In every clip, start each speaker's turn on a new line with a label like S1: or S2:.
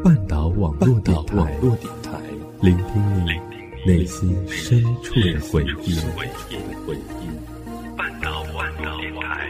S1: 半岛网络电台，聆听你内心深处的回忆。半岛网络电台。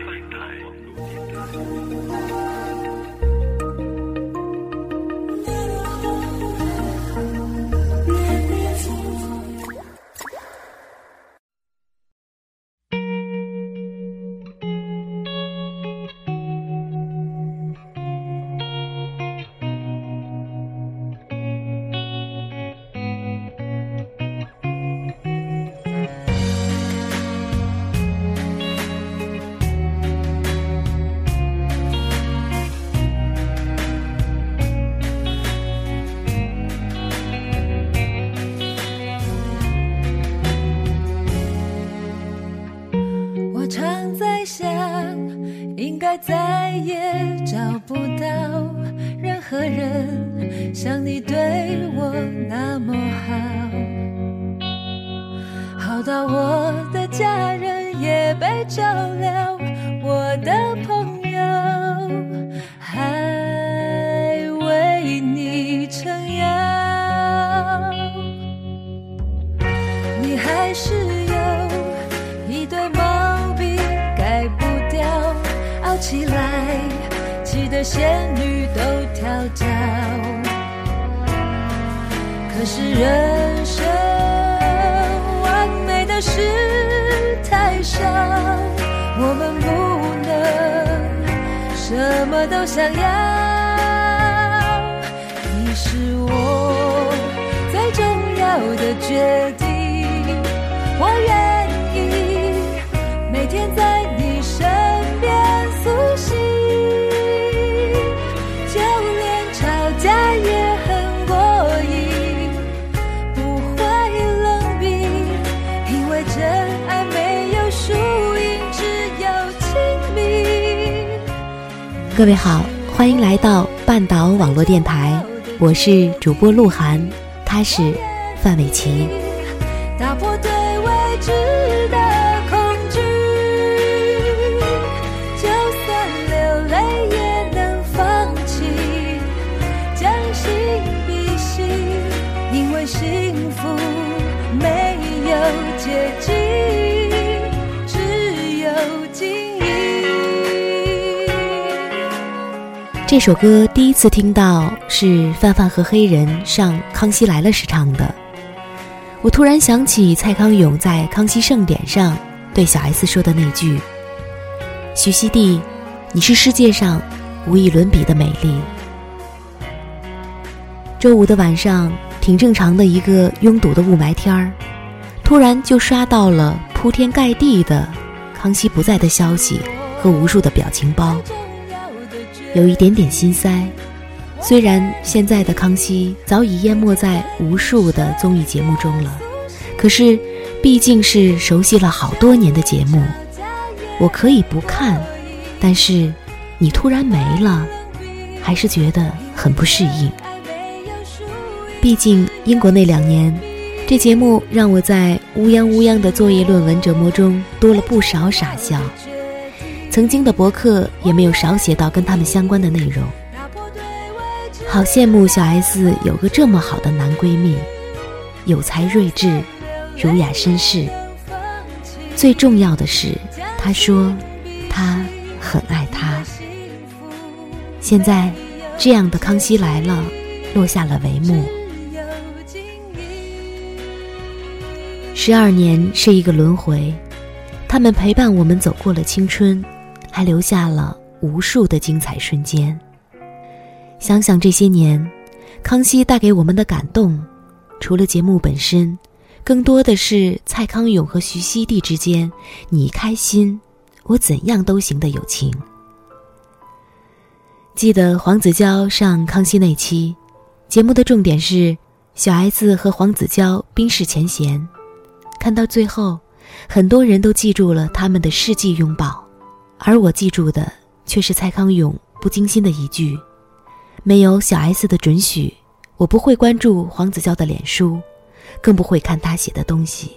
S2: 应该再也找不到任何人像你对我那么好，好到我的家人也被照料，我的朋友还为你撑腰，你还是有一堆毛病改不掉，傲起来气得仙女都跳脚，可是人生完美的事太少，我们不能什么都想要，你是我最重要的决定，我愿意每天在你身边苏醒，就连吵架也很过瘾，不会冷冰，因为真爱没有输赢，只有亲密。
S3: 各位好，欢迎来到半岛网络电台，我是主播鹿晗，他是范玮琪。
S2: 打破对未知的恐惧，就算流泪也能放弃，将心比心，因为幸福没有捷径，只有经营。
S3: 这首歌第一次听到是范范和黑人上《康熙来了》时唱的，我突然想起蔡康永在《康熙盛典》上对小 S 说的那句：徐熙娣，你是世界上无与伦比的美丽。周五的晚上，挺正常的一个拥堵的雾霾天儿，突然就刷到了铺天盖地的康熙不在的消息和无数的表情包，有一点点心塞。虽然现在的康熙早已淹没在无数的综艺节目中了，可是毕竟是熟悉了好多年的节目，我可以不看，但是你突然没了，还是觉得很不适应。毕竟英国那2年，这节目让我在乌泱乌泱的作业论文折磨中多了不少傻笑，曾经的博客也没有少写到跟他们相关的内容。好羡慕小 S 有个这么好的男闺蜜，有才睿智，儒雅绅士。最重要的是，他说他很爱他。现在这样的康熙来了落下了帷幕。12年是一个轮回，他们陪伴我们走过了青春，还留下了无数的精彩瞬间。想想这些年，康熙带给我们的感动，除了节目本身，更多的是蔡康永和徐熙娣之间你开心我怎样都行的友情。记得黄子佼上康熙那期，节目的重点是小 S 和黄子佼冰释前嫌，看到最后，很多人都记住了他们的世纪拥抱，而我记住的却是蔡康永不经心的一句：没有小 S 的准许，我不会关注黄子佼的脸书，更不会看他写的东西。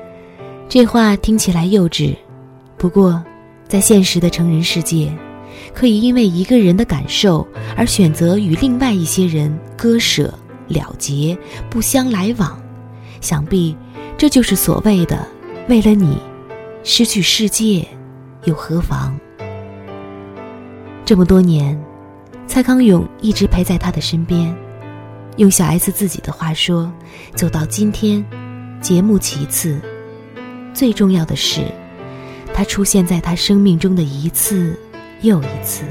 S3: 这话听起来幼稚，不过在现实的成人世界， 可以因为一个人的感受而选择与另外一些人割舍、了结、不相来往，想必这就是所谓的为了你失去世界又何妨。这么多年，蔡康永一直陪在他的身边，用小 S 自己的话说，走到今天，节目其次，最重要的是他出现在他生命中的一次又一次。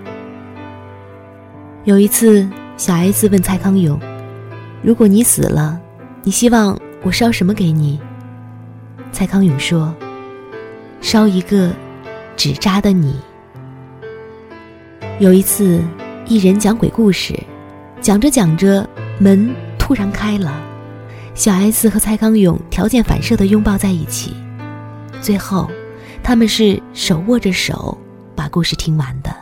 S3: 有一次，小 S 问蔡康永，如果你死了，你希望我烧什么给你？蔡康永说，烧一个纸扎的你。有一次，艺人讲鬼故事，讲着讲着，门突然开了，小 S 和蔡康永条件反射地拥抱在一起，最后他们是手握着手把故事听完的。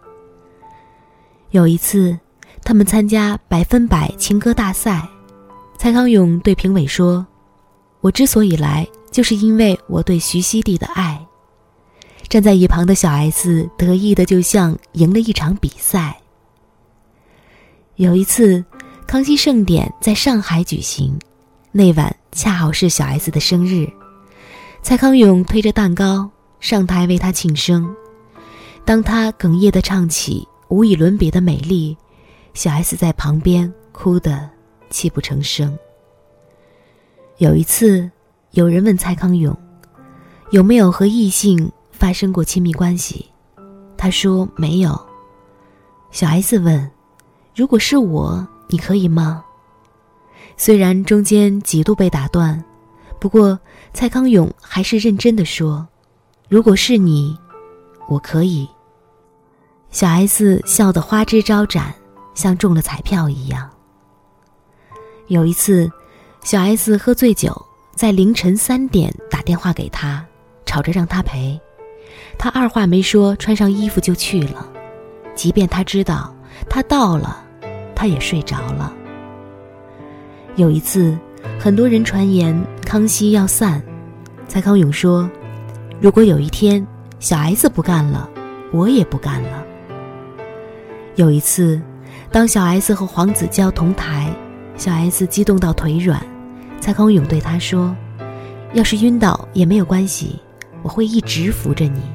S3: 有一次，他们参加100%情歌大赛，蔡康永对评委说，我之所以来，就是因为我对徐熙娣的爱。站在一旁的小 S 得意的就像赢了一场比赛。有一次，康熙盛典在上海举行，那晚恰好是小 S 的生日，蔡康永推着蛋糕上台为她庆生。当他哽咽地唱起无与伦比的美丽，小 S 在旁边哭得泣不成声。有一次，有人问蔡康永，有没有和异性发生过亲密关系？他说没有。小 S 问，如果是我，你可以吗？虽然中间几度被打断，不过蔡康永还是认真地说，如果是你，我可以。小 S 笑得花枝招展，像中了彩票一样。有一次，小 S 喝醉酒，在凌晨3点打电话给他，吵着让他陪。他二话没说，穿上衣服就去了，即便他知道他到了，他也睡着了。有一次，很多人传言康熙要散，蔡康永说，如果有一天小 S 不干了，我也不干了。有一次，当小 S 和黄子佼同台，小 S 激动到腿软，蔡康永对他说，要是晕倒也没有关系，我会一直扶着你。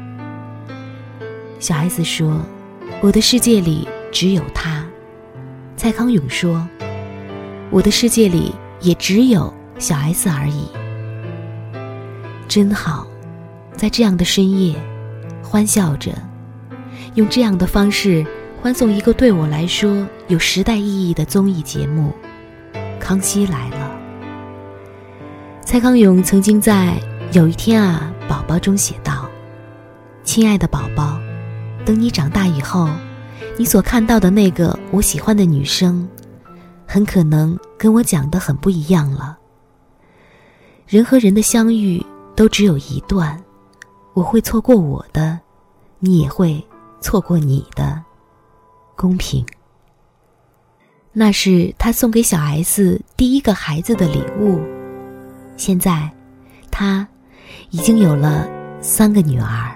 S3: 小 S 说，我的世界里只有他。蔡康永说，我的世界里也只有小 S 而已。真好，在这样的深夜，欢笑着，用这样的方式欢送一个对我来说有时代意义的综艺节目《康熙来了》。蔡康永曾经在有一天啊，宝宝中写道，亲爱的宝宝，等你长大以后，你所看到的那个我喜欢的女生，很可能跟我讲的很不一样了。人和人的相遇都只有一段，我会错过我的，你也会错过你的，公平。那是他送给小 S 第一个孩子的礼物，现在他已经有了3个女儿。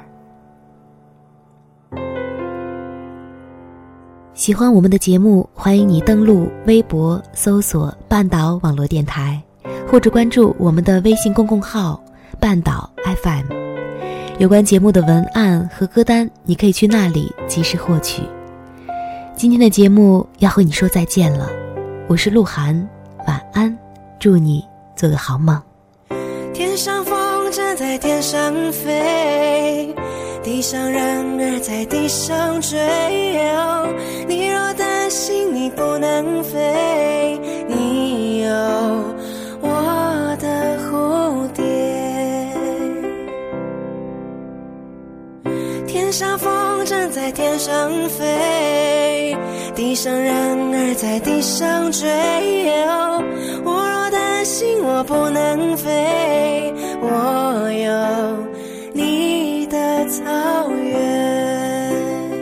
S3: 喜欢我们的节目，欢迎你登录微博搜索半岛网络电台，或者关注我们的微信公共号半岛 FM。 有关节目的文案和歌单，你可以去那里及时获取。今天的节目要和你说再见了，我是鹿晗，晚安，祝你做个好梦。
S4: 天上风筝在天上飞，地上人儿在地上追，你若担心你不能飞，你有我的蝴蝶。天上风筝在天上飞，地上人儿在地上追，我若担心我不能飞，我有你的草原。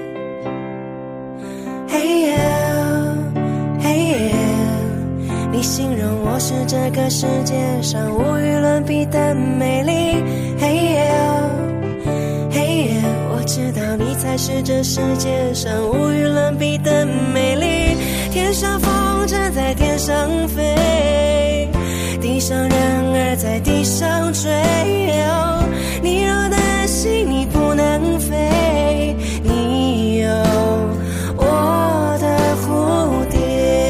S4: 嘿耶嘿耶，你形容我是这个世界上无与伦比的美丽。嘿耶嘿耶，我知道你才是这世界上无与伦比的美丽。天上风筝在天上飞，地上人儿在地上追。你若担心你不能飞，你有我的蝴蝶。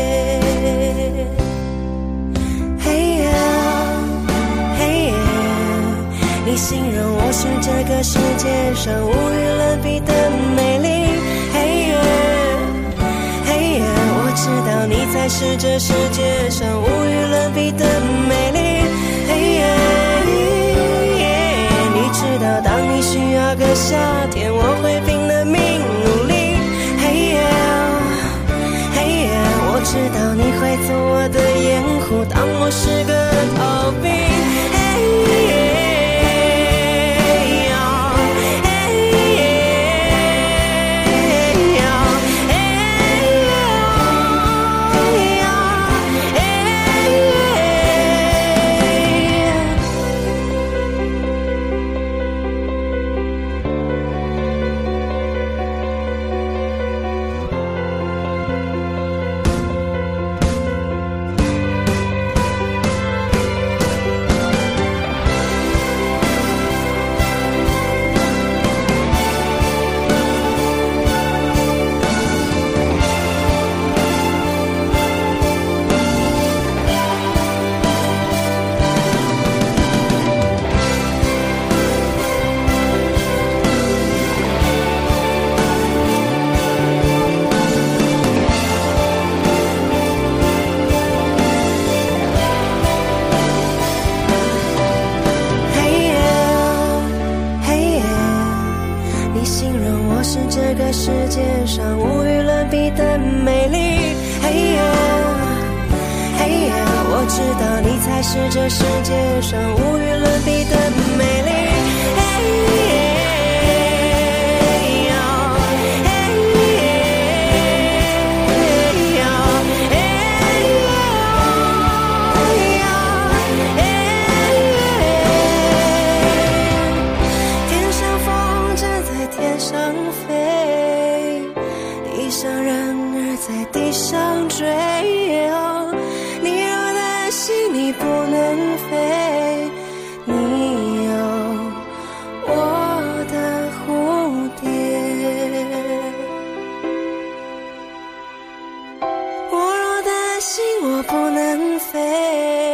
S4: 嘿呀嘿呀，你形容我是这个世界上无与伦比的美丽。嘿呀嘿呀，我知道你才是这世界上无与伦比的美丽。嘿呀，你知道当你需要个夏天，我会拼了命努力。嘿呀嘿呀，我知道你会做我的掩护，当我是个逃兵。嘿呀这个世界上无与伦比的美丽。嘿呀嘿呀，我知道你才是这世界上无与伦比的美丽。天上风筝在天上飞，地上人儿在地上追。你若担心你不能飞，你有我的蝴蝶。我若担心我不能飞，